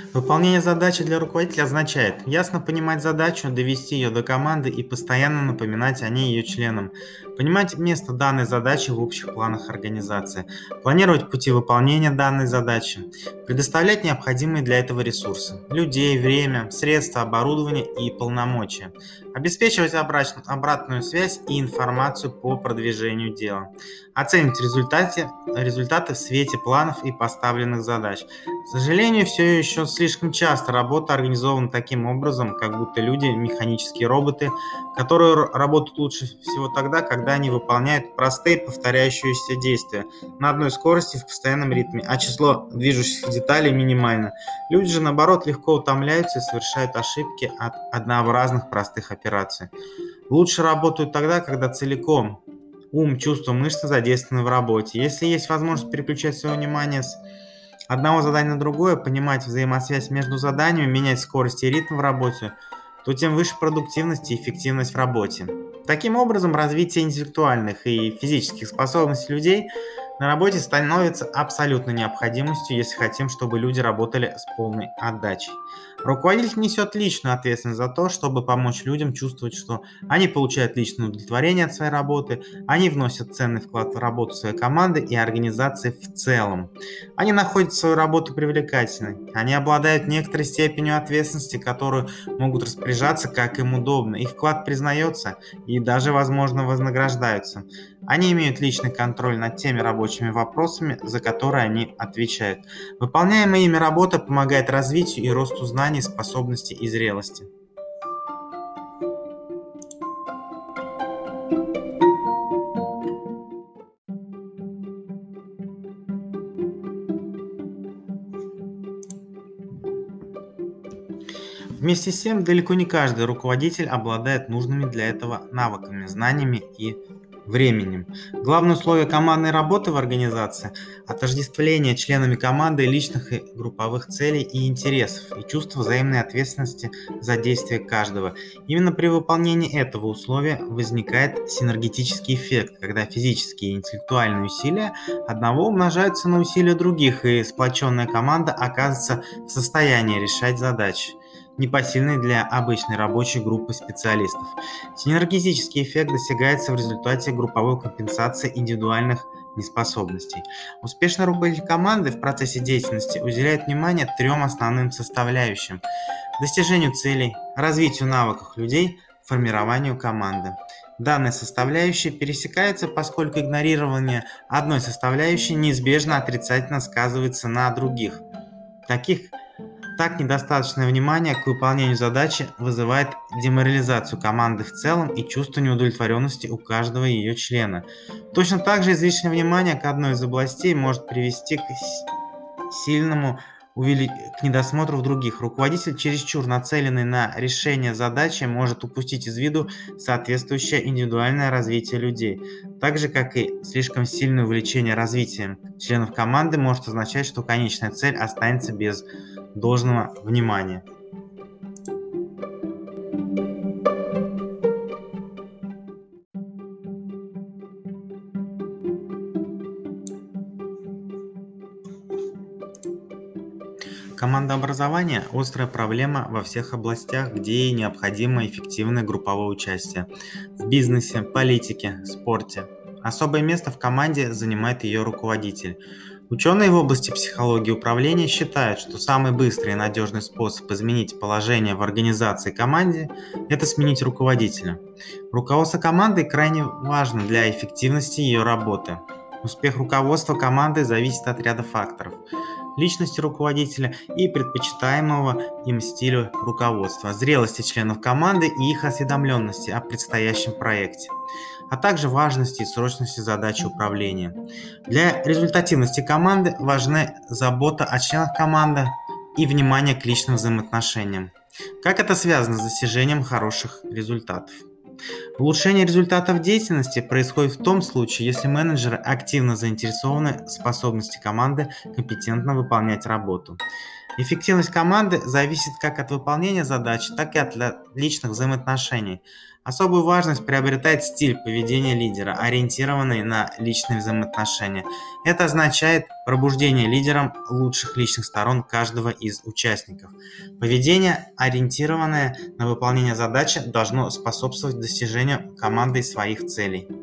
Выполнение задачи для руководителя означает ясно понимать задачу, довести ее до команды и постоянно напоминать о ней ее членам, понимать место данной задачи в общих планах организации, планировать пути выполнения данной задачи, предоставлять необходимые для этого ресурсы – людей, время, средства, оборудование и полномочия, обеспечивать обратную связь и информацию по продвижению дела, оценивать результаты в свете планов и поставленных задач. К сожалению, все еще слишком часто работа организована таким образом, как будто люди – механические роботы, которые работают лучше всего тогда, когда они выполняют простые повторяющиеся действия на одной скорости в постоянном ритме, а число движущихся деталей минимально. Люди же, наоборот, легко утомляются и совершают ошибки от однообразных простых операций. Лучше работают тогда, когда целиком ум, чувства, мышцы задействованы в работе. Если есть возможность переключать свое внимание с одного задания на другое, понимать взаимосвязь между заданиями, менять скорость и ритм в работе, то тем выше продуктивность и эффективность в работе. Таким образом, развитие интеллектуальных и физических способностей людей на работе становится абсолютной необходимостью, если хотим, чтобы люди работали с полной отдачей. Руководитель несет личную ответственность за то, чтобы помочь людям чувствовать, что они получают личное удовлетворение от своей работы, они вносят ценный вклад в работу своей команды и организации в целом. Они находят свою работу привлекательной, они обладают некоторой степенью ответственности, которую могут распоряжаться как им удобно. Их вклад признается и даже, возможно, вознаграждаются. Они имеют личный контроль над теми рабочими вопросами, за которые они отвечают. Выполняемая ими работа помогает развитию и росту знаний, способностей и зрелости. Вместе с тем, далеко не каждый руководитель обладает нужными для этого навыками, знаниями и временем. Главное условие командной работы в организации – отождествление членами команды личных и групповых целей и интересов и чувство взаимной ответственности за действия каждого. Именно при выполнении этого условия возникает синергетический эффект, когда физические и интеллектуальные усилия одного умножаются на усилия других, и сплоченная команда оказывается в состоянии решать задачи, непосильные для обычной рабочей группы специалистов. Синергетический эффект достигается в результате групповой компенсации индивидуальных неспособностей. Успешный руководитель команды в процессе деятельности уделяет внимание трем основным составляющим: достижению целей, развитию навыков людей, формированию команды. Данные составляющие пересекаются, поскольку игнорирование одной составляющей неизбежно отрицательно сказывается на других. Так, недостаточное внимание к выполнению задачи вызывает деморализацию команды в целом и чувство неудовлетворенности у каждого ее члена. Точно так же излишнее внимание к одной из областей может привести к сильному к недосмотру в других. Руководитель, чересчур нацеленный на решение задачи, может упустить из виду соответствующее индивидуальное развитие людей. Так же, как и слишком сильное увлечение развитием членов команды может означать, что конечная цель останется без должного внимания. Командообразование – острая проблема во всех областях, где необходимо эффективное групповое участие. В бизнесе, политике, спорте. Особое место в команде занимает ее руководитель. Ученые в области психологии управления считают, что самый быстрый и надежный способ изменить положение в организации и команде – это сменить руководителя. Руководство командой крайне важно для эффективности ее работы. Успех руководства командой зависит от ряда факторов: личности руководителя и предпочитаемого им стиля руководства, зрелости членов команды и их осведомленности о предстоящем проекте, а также важности и срочности задачи управления. Для результативности команды важны забота о членах команды и внимание к личным взаимоотношениям. Как это связано с достижением хороших результатов? Улучшение результатов деятельности происходит в том случае, если менеджеры активно заинтересованы в способности команды компетентно выполнять работу. Эффективность команды зависит как от выполнения задач, так и от личных взаимоотношений. Особую важность приобретает стиль поведения лидера, ориентированный на личные взаимоотношения. Это означает пробуждение лидером лучших личных сторон каждого из участников. Поведение, ориентированное на выполнение задачи, должно способствовать достижению командой своих целей.